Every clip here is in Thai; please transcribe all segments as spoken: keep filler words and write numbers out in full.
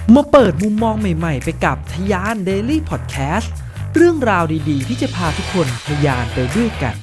มาเปิดมุมมองใหม่ๆไปกับทะยาน Daily Podcast เรื่องราวดีๆที่จะพาทุกคนทะยานไปด้วยกัน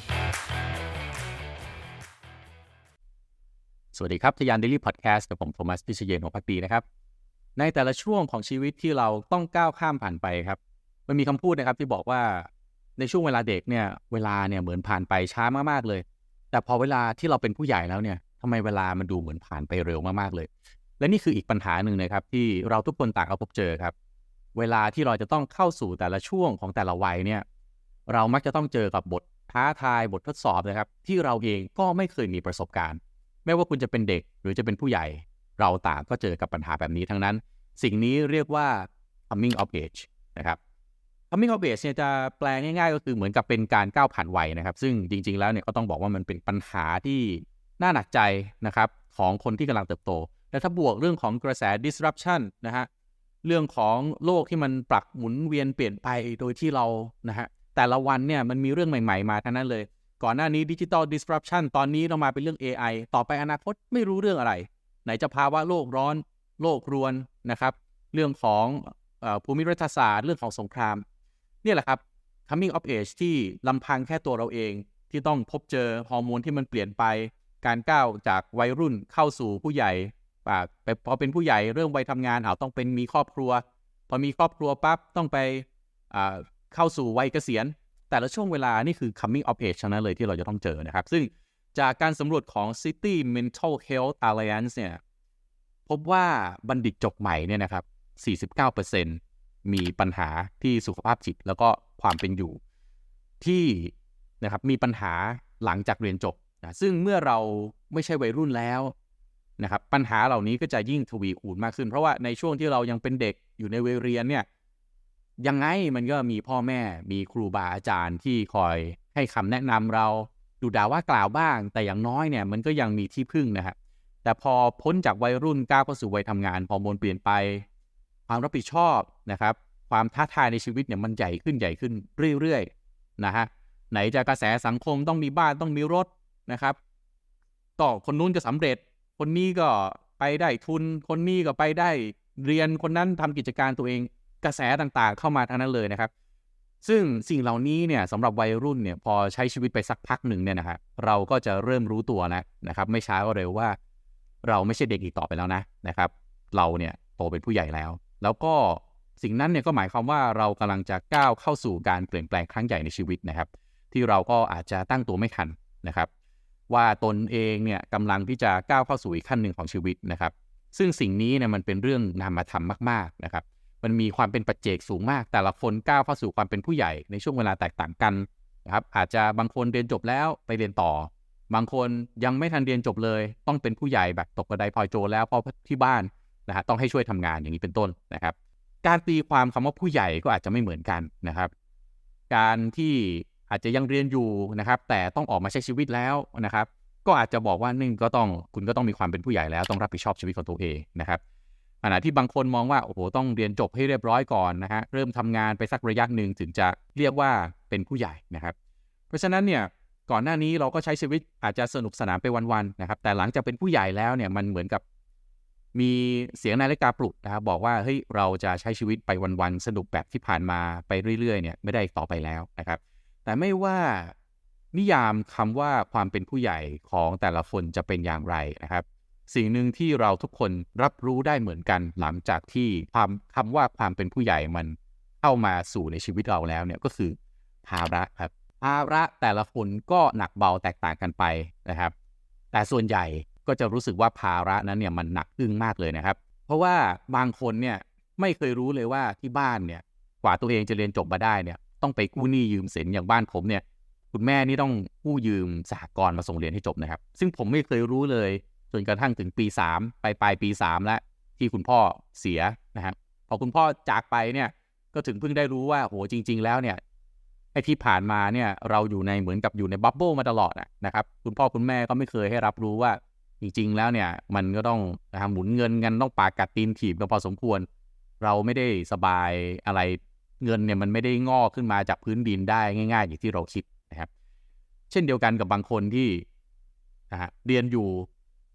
สวัสดีครับทะยาน Daily Podcast กับผมโทมัสพิเชยนของพักดีนะครับในแต่ละช่วงของชีวิตที่เราต้องก้าวข้ามผ่านไปครับมันมีคำพูดนะครับที่บอกว่าในช่วงเวลาเด็กเนี่ยเวลาเนี่ยเหมือนผ่านไปช้ามากๆเลยแต่พอเวลาที่เราเป็นผู้ใหญ่แล้วเนี่ยทำไมเวลามันดูเหมือนผ่านไปเร็วมากๆเลยและนี่คืออีกปัญหาหนึ่งนะครับที่เราทุกคนต่างเอาพบเจอครับเวลาที่เราจะต้องเข้าสู่แต่ละช่วงของแต่ละวัยเนี่ยเรามักจะต้องเจอกับบทท้าทายบททดสอบนะครับที่เราเองก็ไม่เคยมีประสบการณ์ไม่ว่าคุณจะเป็นเด็กหรือจะเป็นผู้ใหญ่เราต่างก็เจอกับปัญหาแบบนี้ทั้งนั้นสิ่งนี้เรียกว่า coming of age นะครับ coming of age เนี่ยจะแปลง่ายๆก็คือเหมือนกับเป็นการก้าวผ่านวัยนะครับซึ่งจริงๆแล้วเนี่ยก็ต้องบอกว่ามันเป็นปัญหาที่น่าหนักใจนะครับของคนที่กำลังเติบโตและถ้าบวกเรื่องของกระแส disruption นะฮะเรื่องของโลกที่มันปรับหมุนเวียนเปลี่ยนไปโดยที่เรานะฮะแต่ละวันเนี่ยมันมีเรื่องใหม่ๆมาทั้งนั้นเลยก่อนหน้านี้ Digital Disruption ตอนนี้เรามาเป็นเรื่อง เอ ไอ ต่อไปอนาคตไม่รู้เรื่องอะไรไหนจะภาวะโลกร้อนโลกรวนนะครับเรื่องของเอ่อภูมิรัฐศาสตร์เรื่องของสงครามนี่แหละครับ coming of age ที่ลำพังแค่ตัวเราเองที่ต้องพบเจอฮอร์โมนที่มันเปลี่ยนไปการก้าวจากวัยรุ่นเข้าสู่ผู้ใหญ่ไปพอเป็นผู้ใหญ่เริ่มวัยทำงานเอาต้องเป็นมีครอบครัวพอมีครอบครัวปั๊บต้องไปอ่าเข้าสู่วัยเกษียณแต่ละช่วงเวลานี่คือ coming of age ทั้งนั้นเลยที่เราจะต้องเจอนะครับซึ่งจากการสำรวจของ City Mental Health Alliance เนี่ยพบว่าบัณฑิตจบใหม่เนี่ยนะครับ สี่สิบเก้าเปอร์เซ็นต์ มีปัญหาที่สุขภาพจิตแล้วก็ความเป็นอยู่ที่นะครับมีปัญหาหลังจากเรียนจบนะซึ่งเมื่อเราไม่ใช่วัยรุ่นแล้วนะครับปัญหาเหล่านี้ก็จะยิ่งทวีคูณมากขึ้นเพราะว่าในช่วงที่เรายังเป็นเด็กอยู่ในวัยเรียนเนี่ยยังไงมันก็มีพ่อแม่มีครูบาอาจารย์ที่คอยให้คำแนะนำเราดูด่าว่ากล่าวบ้างแต่อย่างน้อยเนี่ยมันก็ยังมีที่พึ่งนะครับแต่พอพ้นจากวัยรุ่นก้าวเข้าสู่วัยทำงานฮอร์โมนเปลี่ยนไปความรับผิดชอบนะครับความท้าทายในชีวิตเนี่ยมันใหญ่ขึ้นใหญ่ขึ้นเรื่อยๆนะฮะไหนจะกระแสสังคมต้องมีบ้านต้องมีรถนะครับก็คนนู้นจะสำเร็จคนนี้ก็ไปได้ทุนคนนี้ก็ไปได้เรียนคนนั้นทำกิจการตัวเองกระแสต่างๆเข้ามาทั้งนั้นเลยนะครับซึ่งสิ่งเหล่านี้เนี่ยสำหรับวัยรุ่นเนี่ยพอใช้ชีวิตไปสักพักหนึ่งเนี่ยนะครับเราก็จะเริ่มรู้ตัวนะนะครับไม่ช้าก็เร็วว่าเราไม่ใช่เด็กอีกต่อไปแล้วนะนะครับเราเนี่ยโตเป็นผู้ใหญ่แล้วแล้วก็สิ่งนั้นเนี่ยก็หมายความว่าเรากำลังจะก้าวเข้าสู่การเปลี่ยนแปลงครั้งใหญ่ในชีวิตนะครับที่เราก็อาจจะตั้งตัวไม่ทันนะครับว่าตนเองเนี่ยกำลังที่จะก้าวเข้าสู่อีกขั้นหนึ่งของชีวิตนะครับซึ่งสิ่งนี้เนี่ยมันเป็นเรื่องนามธรรมมากๆนะครับมันมีความเป็นปัจเจกสูงมากแต่ละคนก้าวเข้าสู่ความเป็นผู้ใหญ่ในช่วงเวลาแตกต่างกันนะครับอาจจะบางคนเรียนจบแล้วไปเรียนต่อบางคนยังไม่ทันเรียนจบเลยต้องเป็นผู้ใหญ่แบบตกกระไดพลอยโจรแล้วเพราะที่บ้านนะฮะต้องให้ช่วยทำงานอย่างนี้เป็นต้นนะครับการตีความคำว่าผู้ใหญ่ก็อาจจะไม่เหมือนกันนะครับการที่อาจจะยังเรียนอยู่นะครับแต่ต้องออกมาใช้ชีวิตแล้วนะครับก็อาจจะบอกว่าหนึ่งก็ต้องคุณก็ต้องมีความเป็นผู้ใหญ่แล้วต้องรับผิดชอบชีวิตของตัวเองนะครับขณะที่บางคนมองว่าโอ้โหต้องเรียนจบให้เรียบร้อยก่อนนะฮะเริ่มทำงานไปสักระยะหนึ่งถึงจะเรียกว่าเป็นผู้ใหญ่นะครับเพราะฉะนั้นเนี่ยก่อนหน้านี้เราก็ใช้ชีวิตอาจจะสนุกสนานไปวันๆนะครับแต่หลังจากเป็นผู้ใหญ่แล้วเนี่ยมันเหมือนกับมีเสียงนาฬิกาปลุกนะครับบอกว่าเฮ้ยเราจะใช้ชีวิตไปวันๆสนุกแบบที่ผ่านมาไปเรื่อยๆเนี่ยไม่ได้ต่อไปแล้วนะครับแต่ไม่ว่านิยามคำว่าความเป็นผู้ใหญ่ของแต่ละคนจะเป็นอย่างไรนะครับสิ่งหนึ่งที่เราทุกคนรับรู้ได้เหมือนกันหลังจากที่ความคำว่าความเป็นผู้ใหญ่มันเข้ามาสู่ในชีวิตเราแล้วเนี่ยก็คือภาระครับภาระแต่ละคนก็หนักเบาแตกต่างกันไปนะครับแต่ส่วนใหญ่ก็จะรู้สึกว่าภาระนั้นเนี่ยมันหนักอึ้งมากเลยนะครับเพราะว่าบางคนเนี่ยไม่เคยรู้เลยว่าที่บ้านเนี่ยกว่าตัวเองจะเรียนจบมาได้เนี่ยต้องไปกู้หนี้ยืมสินอย่างบ้านผมเนี่ยคุณแม่นี่ต้องกู้ยืมสหกรณ์มาส่งเรียนให้จบนะครับซึ่งผมไม่เคยรู้เลยจนกระทั่งถึงปีสามไปปลายปีสามแล้วที่คุณพ่อเสียนะครับพอคุณพ่อจากไปเนี่ยก็ถึงเพิ่งได้รู้ว่าโหจริงๆแล้วเนี่ยไอ้ที่ผ่านมาเนี่ยเราอยู่ในเหมือนกับอยู่ในบับเบิ้ลมาตลอดนะครับคุณพ่อคุณแม่ก็ไม่เคยให้รับรู้ว่าจริงๆแล้วเนี่ยมันก็ต้องหมุนเงินกันต้องปากกัดตีนถีบกันพอสมควรเราไม่ได้สบายอะไรเงินเนี่ยมันไม่ได้งอกขึ้นมาจากพื้นดินได้ง่ายๆอย่างที่เราคิดนะครับเช่นเดียวกันกับบางคนที่นะฮะเรียนอยู่พ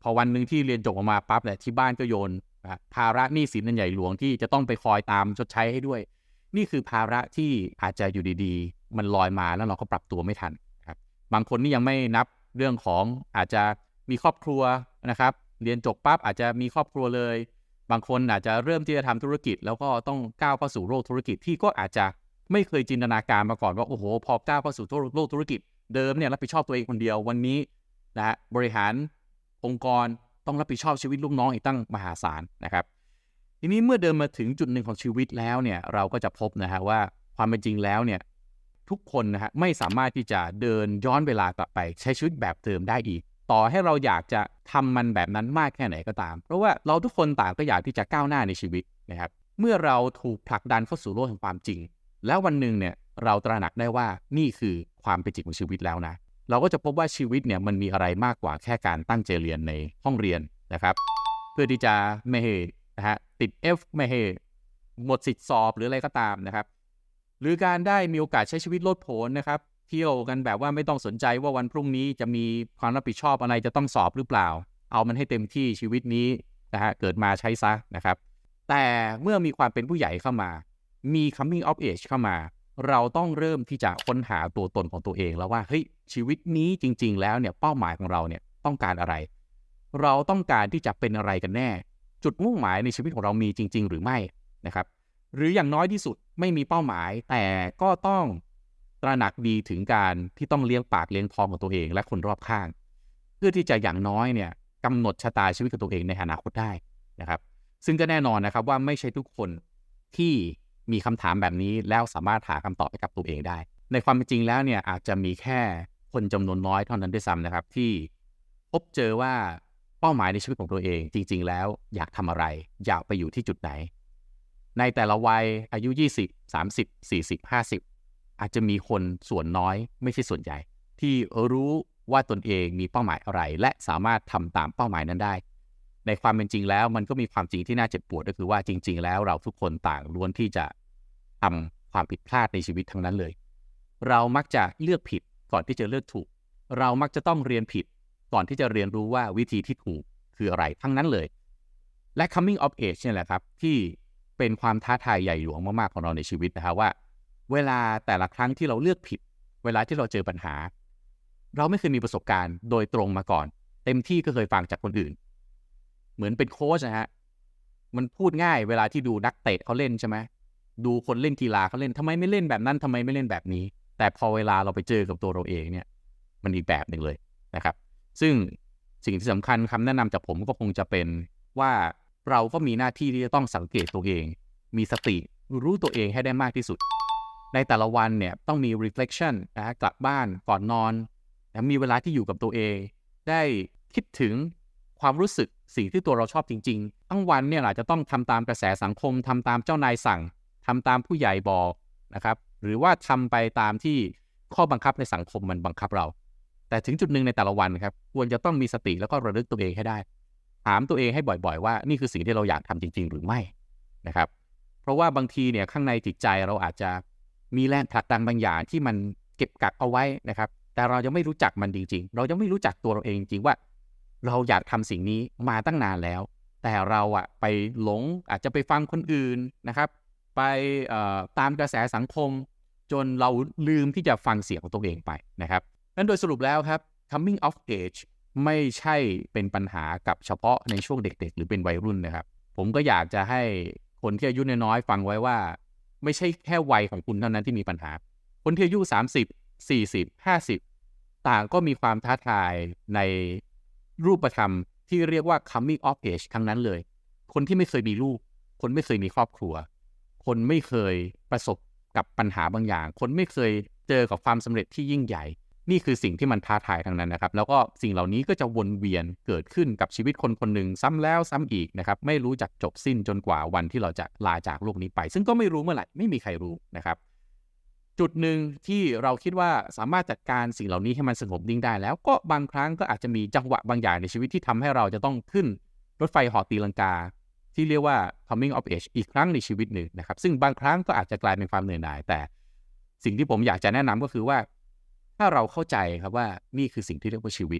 พอวันนึงที่เรียนจบออกมาปั๊บเนี่ยที่บ้านก็โยนภาระหนี้สินอันใหญ่หลวงที่จะต้องไปคอยตามชดใช้ให้ด้วยนี่คือภาระที่อาจจะอยู่ดีๆมันลอยมาแล้วเราก็ปรับตัวไม่ทันครับบางคนนี่ยังไม่นับเรื่องของอาจจะมีครอบครัวนะครับเรียนจบปั๊บอาจจะมีครอบครัวเลยบางคนอาจจะเริ่มที่จะทำธุรกิจแล้วก็ต้องก้าวเข้าสู่โลกธุรกิจที่ก็อาจจะไม่เคยจินตนาการมาก่อนว่าโอ้โหพอก้าวเข้าสู่โลกธุรกิจเดิมเนี่ยรับผิดชอบตัวเองคนเดียววันนี้นะฮะบริหารองค์กรต้องรับผิดชอบชีวิตลูกน้องอีกตั้งมหาศาลนะครับทีนี้เมื่อเดินมาถึงจุดหนึ่งของชีวิตแล้วเนี่ยเราก็จะพบนะฮะว่าความเป็นจริงแล้วเนี่ยทุกคนนะฮะไม่สามารถที่จะเดินย้อนเวลากลับไปใช้ชีวิตแบบเดิมได้อีกต่อให้เราอยากจะทำมันแบบนั้นมากแค่ไหนก็ตามเพราะว่าเราทุกคนต่างก็อยากที่จะก้าวหน้าในชีวิตนะครับเมื่อเราถูกผลักดันเข้าสู่โลกแห่งความจริงแล้ววันหนึ่งเนี่ยเราตระหนักได้ว่านี่คือความเป็นจริงของชีวิตแล้วนะเราก็จะพบว่าชีวิตเนี่ยมันมีอะไรมากกว่าแค่การตั้งใจเรียนในห้องเรียนนะครับเพื่อที่จะไม่ให้นะฮะติด F ไม่ให้หมดสิทธิ์สอบหรืออะไรก็ตามนะครับหรือการได้มีโอกาสใช้ชีวิตโลดโผนนะครับเที่ยวกันแบบว่าไม่ต้องสนใจว่าวันพรุ่งนี้จะมีความรับผิดชอบอะไรจะต้องสอบหรือเปล่าเอามันให้เต็มที่ชีวิตนี้นะฮะเกิดมาใช้ซะนะครับแต่เมื่อมีความเป็นผู้ใหญ่เข้ามามี coming of age เข้ามาเราต้องเริ่มที่จะค้นหาตัวตนของตัวเองแล้วว่าเฮ้ยชีวิตนี้จริงๆแล้วเนี่ยเป้าหมายของเราเนี่ยต้องการอะไรเราต้องการที่จะเป็นอะไรกันแน่จุดมุ่งหมายในชีวิตของเรามีจริงๆหรือไม่นะครับหรืออย่างน้อยที่สุดไม่มีเป้าหมายแต่ก็ต้องตระหนักดีถึงการที่ต้องเลี้ยงปากเลี้ยงท้องของตัวเองและคนรอบข้างเพื่อที่จะอย่างน้อยเนี่ยกำหนดชะตาชีวิตของตัวเองในอนาคตได้นะครับซึ่งก็แน่นอนนะครับว่าไม่ใช่ทุกคนที่มีคำถามแบบนี้แล้วสามารถหาคำตอบให้กับตัวเองได้ในความเป็นจริงแล้วเนี่ยอาจจะมีแค่คนจำนวนน้อยเท่านั้นด้วยซ้ำนะครับที่พบเจอว่าเป้าหมายในชีวิตของตัวเองจริงๆแล้วอยากทำอะไรอยากไปอยู่ที่จุดไหนในแต่ละวัยอายุยี่สิบ สามสิบ สี่สิบ ห้าสิบอาจจะมีคนส่วนน้อยไม่ใช่ส่วนใหญ่ที่รู้ว่าตนเองมีเป้าหมายอะไรและสามารถทำตามเป้าหมายนั้นได้ในความเป็นจริงแล้วมันก็มีความจริงที่น่าเจ็บปวดก็คือว่าจริงๆแล้วเราทุกคนต่างล้วนที่จะทำความผิดพลาดในชีวิตทั้งนั้นเลยเรามักจะเลือกผิดก่อนที่จะเลือกถูกเรามักจะต้องเรียนผิดก่อนที่จะเรียนรู้ว่าวิธีที่ถูกคืออะไรทั้งนั้นเลยและ coming of age เนี่ยแหละครับที่เป็นความท้าทายใหญ่หลวงมากๆของเราในชีวิตนะครับว่าเวลาแต่ละครั้งที่เราเลือกผิดเวลาที่เราเจอปัญหาเราไม่เคยมีประสบการณ์โดยตรงมาก่อนเต็มที่ก็เคยฟังจากคนอื่นเหมือนเป็นโค้ชนะฮะมันพูดง่ายเวลาที่ดูนักเตะเขาเล่นใช่ไหมดูคนเล่นกีฬาเขาเล่นทำไมไม่เล่นแบบนั้นทำไมไม่เล่นแบบนี้แต่พอเวลาเราไปเจอกับตัวเราเองเนี่ยมันอีกแบบหนึ่งเลยนะครับซึ่งสิ่งที่สำคัญคำแนะนำจากผมก็คงจะเป็นว่าเราก็มีหน้าที่ที่จะต้องสังเกตตัวเองมีสติรู้ตัวเองให้ได้มากที่สุดในแต่ละวันเนี่ยต้องมี reflection นะกลับบ้านก่อนนอนนะมีเวลาที่อยู่กับตัวเองได้คิดถึงความรู้สึกสิ่งที่ตัวเราชอบจริงๆทั้งวันเนี่ยอาจจะต้องทำตามกระแสสังคมทำตามเจ้านายสั่งทำตามผู้ใหญ่บอกนะครับหรือว่าทำไปตามที่ข้อบังคับในสังคมมันบังคับเราแต่ถึงจุดหนึ่งในแต่ละวันครับควรจะต้องมีสติแล้วก็ระลึกตัวเองให้ได้ถามตัวเองให้บ่อยๆว่านี่คือสิ่งที่เราอยากทำจริงๆหรือไม่นะครับเพราะว่าบางทีเนี่ยข้างในจิตใจเราอาจจะมีแรงผลักดันบางอย่างที่มันเก็บกักเอาไว้นะครับแต่เรายังไม่รู้จักมันจริงๆเรายังไม่รู้จักตัวเราเองจริงๆว่าเราอยากทำสิ่งนี้มาตั้งนานแล้วแต่เราอะไปหลงอาจจะไปฟังคนอื่นนะครับไปตามกระแสสังคมจนเราลืมที่จะฟังเสียงของตัวเองไปนะครับนั้นโดยสรุปแล้วครับ coming of age ไม่ใช่เป็นปัญหากับเฉพาะในช่วงเด็กๆหรือเป็นวัยรุ่นนะครับผมก็อยากจะให้คนที่อายุน้อยๆฟังไว้ว่าไม่ใช่แค่วัยของคุณเท่านั้นที่มีปัญหาคนที่อายุสามสิบ สี่สิบ ห้าสิบต่างก็มีความท้าทายในรูปธรรมที่เรียกว่า coming of age ทั้งนั้นเลยคนที่ไม่เคยมีลูกคนไม่เคยมีครอบครัวคนไม่เคยประสบกับปัญหาบางอย่างคนไม่เคยเจอกับความสำเร็จที่ยิ่งใหญ่นี่คือสิ่งที่มันท้าทายทั้งนั้นนะครับแล้วก็สิ่งเหล่านี้ก็จะวนเวียนเกิดขึ้นกับชีวิตคนคนหนึ่งซ้ำแล้วซ้ำอีกนะครับไม่รู้จักจบสิ้นจนกว่าวันที่เราจะลาจากโลกนี้ไปซึ่งก็ไม่รู้เมื่อไหร่ไม่มีใครรู้นะครับจุดหนึ่งที่เราคิดว่าสามารถจัดการสิ่งเหล่านี้ให้มันสงบนิ่งได้แล้วก็บางครั้งก็อาจจะมีจังหวะบางอย่างในชีวิตที่ทำให้เราจะต้องขึ้นรถไฟเหาะตีลังกาที่เรียกว่า coming of age อีกครั้งในชีวิตหนึ่งนะครับซึ่งบางครั้งก็อาจจะกลายเป็นความเหนื่อยหน่ายแต่สิ่งที่ผมอยากจะแนะนำก็คือว่าถ้าเราเข้าใจครับว่านี่คือสิ่งที่เรียกว่าชีวิต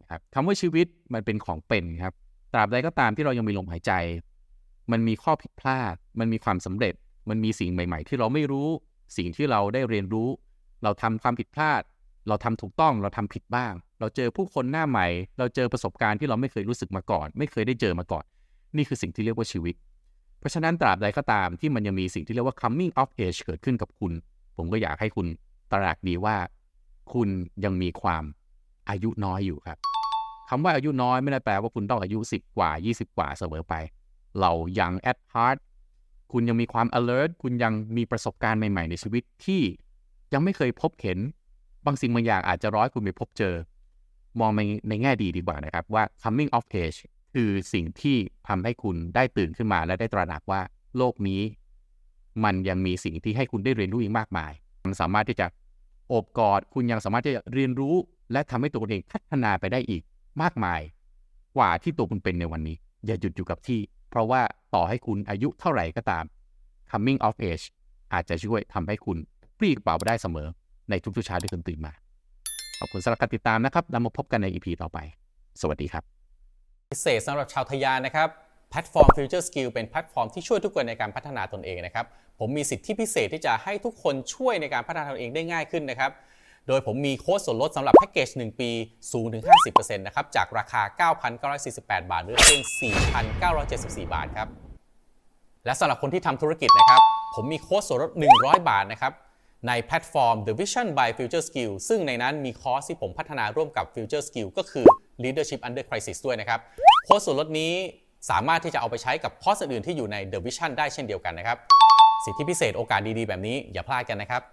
ครับคำว่าชีวิตมันเป็นของเป็นครับตราบใดก็ตามที่เรายังมีลมหายใจมันมีข้อผิดพลาดมันมีความสำเร็จมันมีสิ่งใหม่ๆที่เราไม่รู้สิ่งที่เราได้เรียนรู้เราทำความผิดพลาดเราทำถูกต้องเราทำผิดบ้างเราเจอผู้คนหน้าใหม่เราเจอประสบการณ์ที่เราไม่เคยรู้สึกมาก่อนไม่เคยได้เจอมาก่อนนี่คือสิ่งที่เรียกว่าชีวิตเพราะฉะนั้นตราบใดก็ตามที่มันยังมีสิ่งที่เรียกว่า coming of age เกิดขึ้นกับคุณผมก็อยากให้คุณตระหนักดีว่าคุณยังมีความอายุน้อยอยู่ครับคำว่าอายุน้อยไม่ได้แปลว่าคุณต้องอายุสิบกว่ายี่สิบกว่าเสมอไปเรายัง at heart คุณยังมีความ alert คุณยังมีประสบการณ์ใหม่ๆในชีวิตที่ยังไม่เคยพบเห็นบางสิ่งบางอย่างอาจจะร้อยคุณไปพบเจอมองในในแง่ดีดีกว่านะครับว่า coming of age คือสิ่งที่ทำให้คุณได้ตื่นขึ้นมาและได้ตระหนักว่าโลกนี้มันยังมีสิ่งที่ให้คุณได้เรียนรู้อีกมากมายมันสามารถที่จะโอบกอดคุณยังสามารถที่จะเรียนรู้และทำให้ตัวคุณเองพัฒนาไปได้อีกมากมายกว่าที่ตัวคุณเป็นในวันนี้อย่าหยุดอยู่กับที่เพราะว่าต่อให้คุณอายุเท่าไหร่ก็ตาม coming of age อาจจะช่วยทำให้คุณปลี่กระเป๋าไปได้เสมอในทุกๆเช้าที่คุณตื่นมาขอบคุณสำหรับการติดตามนะครับแล้วมาพบกันใน อี พี ต่อไปสวัสดีครับพิเศษสำหรับชาวทยานนะครับแพลตฟอร์ม Future Skill เป็นแพลตฟอร์มที่ช่วยทุกคนในการพัฒนาตนเองนะครับผมมีสิทธิพิเศษที่จะให้ทุกคนช่วยในการพัฒนาตนเองได้ง่ายขึ้นนะครับโดยผมมีโค้ดส่วนลดสำหรับแพ็กเกจหนึ่งปีสูงถึง ห้าสิบเปอร์เซ็นต์ นะครับจากราคา เก้าพันเก้าร้อยสี่สิบแปด บาทหรือเพียง สี่พันเก้าร้อยเจ็ดสิบสี่ บาทครับและสำหรับคนที่ทำธุรกิจนะครับผมมีโค้ดส่วนลดหนึ่งร้อยบาทนะครับในแพลตฟอร์ม The Vision by Future Skill ซึ่งในนั้นมีคอร์สที่ผมพัฒนาร่วมกับ Future Skill ก็คือ Leadership Under Crisis ด้วยนะครับโค้ดส่วนลดนี้สามารถที่จะเอาไปใช้กับคอร์สอื่นๆที่อยู่ใน The Vision ได้เช่นเดียวกันนะครับสิทธิพิเศษโอกาสดีๆแบบนี้อย่าพลาดกันนะครับ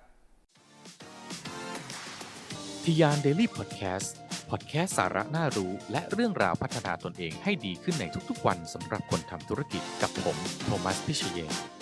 ทยาน Daily Podcast Podcast สาระน่ารู้และเรื่องราวพัฒนาตนเองให้ดีขึ้นในทุกๆวันสำหรับคนทำธุรกิจกับผมโทมัสพิเชยน